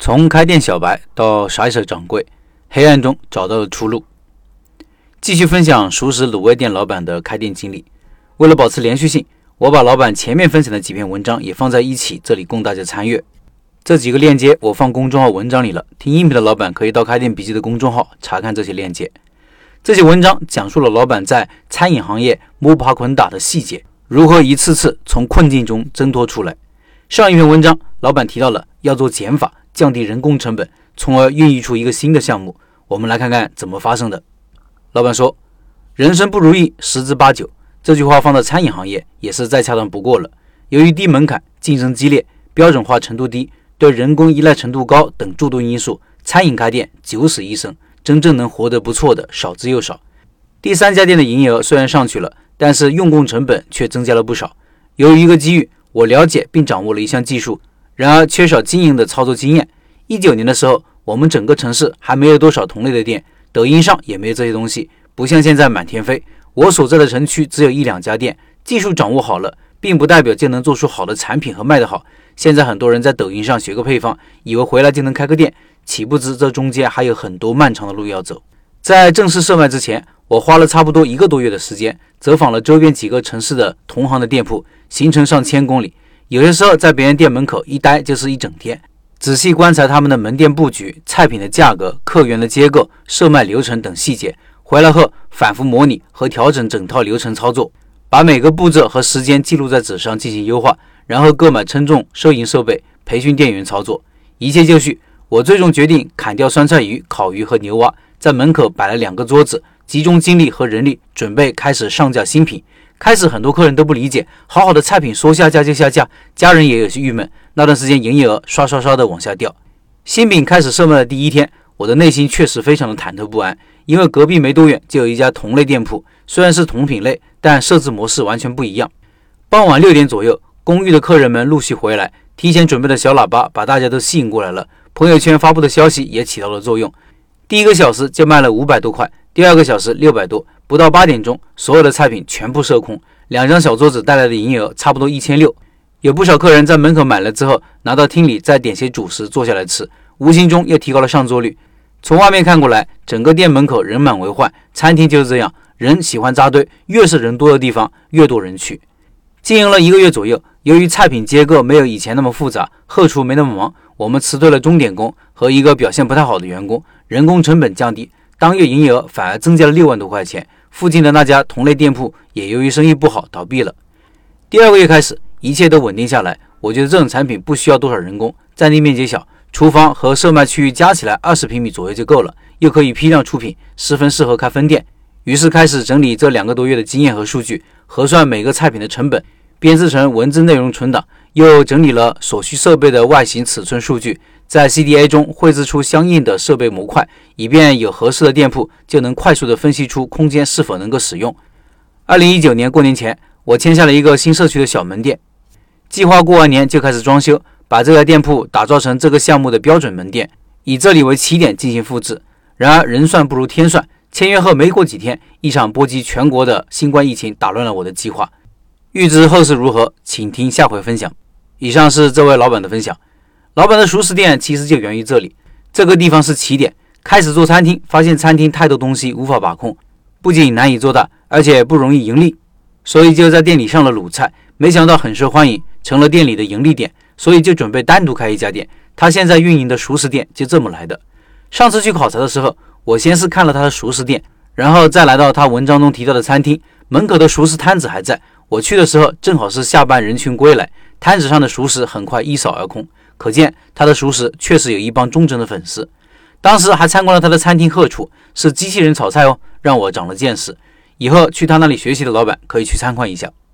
从开店小白到甩手掌柜，黑暗中找到了出路。继续分享熟食卤味店老板的开店经历。为了保持连续性，我把老板前面分享的几篇文章也放在一起，这里供大家参阅。这几个链接我放公众号文章里了，听音频的老板可以到开店笔记的公众号查看这些链接。这些文章讲述了老板在餐饮行业摸爬滚打的细节，如何一次次从困境中挣脱出来。上一篇文章老板提到了要做减法，降低人工成本，从而孕育出一个新的项目。我们来看看怎么发生的。老板说，人生不如意十之八九，这句话放到餐饮行业也是再恰当不过了。由于低门槛、竞争激烈、标准化程度低、对人工依赖程度高等诸多因素，餐饮开店九死一生，真正能活得不错的少之又少。第三家店的营业额虽然上去了，但是用工成本却增加了不少。由于一个机遇，我了解并掌握了一项技术，然而缺少经营的操作经验。19年的时候，我们整个城市还没有多少同类的店，抖音上也没有这些东西，不像现在满天飞。我所在的城区只有1、2家店，技术掌握好了，并不代表就能做出好的产品和卖得好。现在很多人在抖音上学个配方，以为回来就能开个店，岂不知这中间还有很多漫长的路要走。在正式售卖之前，我花了差不多1个多月的时间，走访了周边几个城市的同行的店铺，行程上千公里。有些时候在别人店门口一待就是一整天，仔细观察他们的门店布局、菜品的价格、客源的结构、售卖流程等细节。回来后反复模拟和调整整套流程操作，把每个步骤和时间记录在纸上进行优化，然后购买称重、收银设备，培训店员操作。一切就绪，我最终决定砍掉酸菜鱼、烤鱼和牛蛙，在门口摆了2个桌子，集中精力和人力，准备开始上架新品。开始很多客人都不理解，好好的菜品说下架就下架，家人也有些郁闷。那段时间营业额刷的往下掉。新品开始售卖的第1天，我的内心确实非常的忐忑不安，因为隔壁没多远就有一家同类店铺，虽然是同品类，但设置模式完全不一样。傍晚6点左右，公寓的客人们陆续回来，提前准备的小喇叭把大家都吸引过来了，朋友圈发布的消息也起到了作用。第1个小时就卖了500多块，第2个小时600多，不到8点钟，所有的菜品全部售空，2张小桌子带来的营业额差不多1600。有不少客人在门口买了之后，拿到厅里再点些主食坐下来吃，无形中又提高了上座率。从外面看过来，整个店门口人满为患，餐厅就是这样，人喜欢扎堆，越是人多的地方，越多人去。经营了1个月左右，由于菜品结构没有以前那么复杂，后厨没那么忙，我们辞退了钟点工和一个表现不太好的员工，人工成本降低，当月营业额反而增加了6万多块钱。附近的那家同类店铺也由于生意不好倒闭了。第2个月开始，一切都稳定下来。我觉得这种产品不需要多少人工，占地面积小，厨房和售卖区域加起来20平米左右就够了，又可以批量出品，十分适合开分店。于是开始整理这2个多月的经验和数据，核算每个菜品的成本，编制成文字内容存档，又整理了所需设备的外形尺寸数据，在 CDA 中绘制出相应的设备模块，以便有合适的店铺就能快速的分析出空间是否能够使用。2019年过年前，我签下了一个新社区的小门店，计划过完年就开始装修，把这家店铺打造成这个项目的标准门店，以这里为起点进行复制。然而人算不如天算，签约后没过几天，一场波及全国的新冠疫情打乱了我的计划。欲知后事如何，请听下回分享。以上是这位老板的分享。老板的熟食店其实就源于这里，这个地方是起点。开始做餐厅，发现餐厅太多东西无法把控，不仅难以做大，而且不容易盈利，所以就在店里上了卤菜，没想到很受欢迎，成了店里的盈利点，所以就准备单独开一家店。他现在运营的熟食店就这么来的。上次去考察的时候，我先是看了他的熟食店，然后再来到他文章中提到的餐厅，门口的熟食摊子还在。我去的时候正好是下班人群归来，摊子上的熟食很快一扫而空，可见他的熟食确实有一帮忠诚的粉丝。当时还参观了他的餐厅后厨，是机器人炒菜哦，让我长了见识。以后去他那里学习的老板可以去参观一下。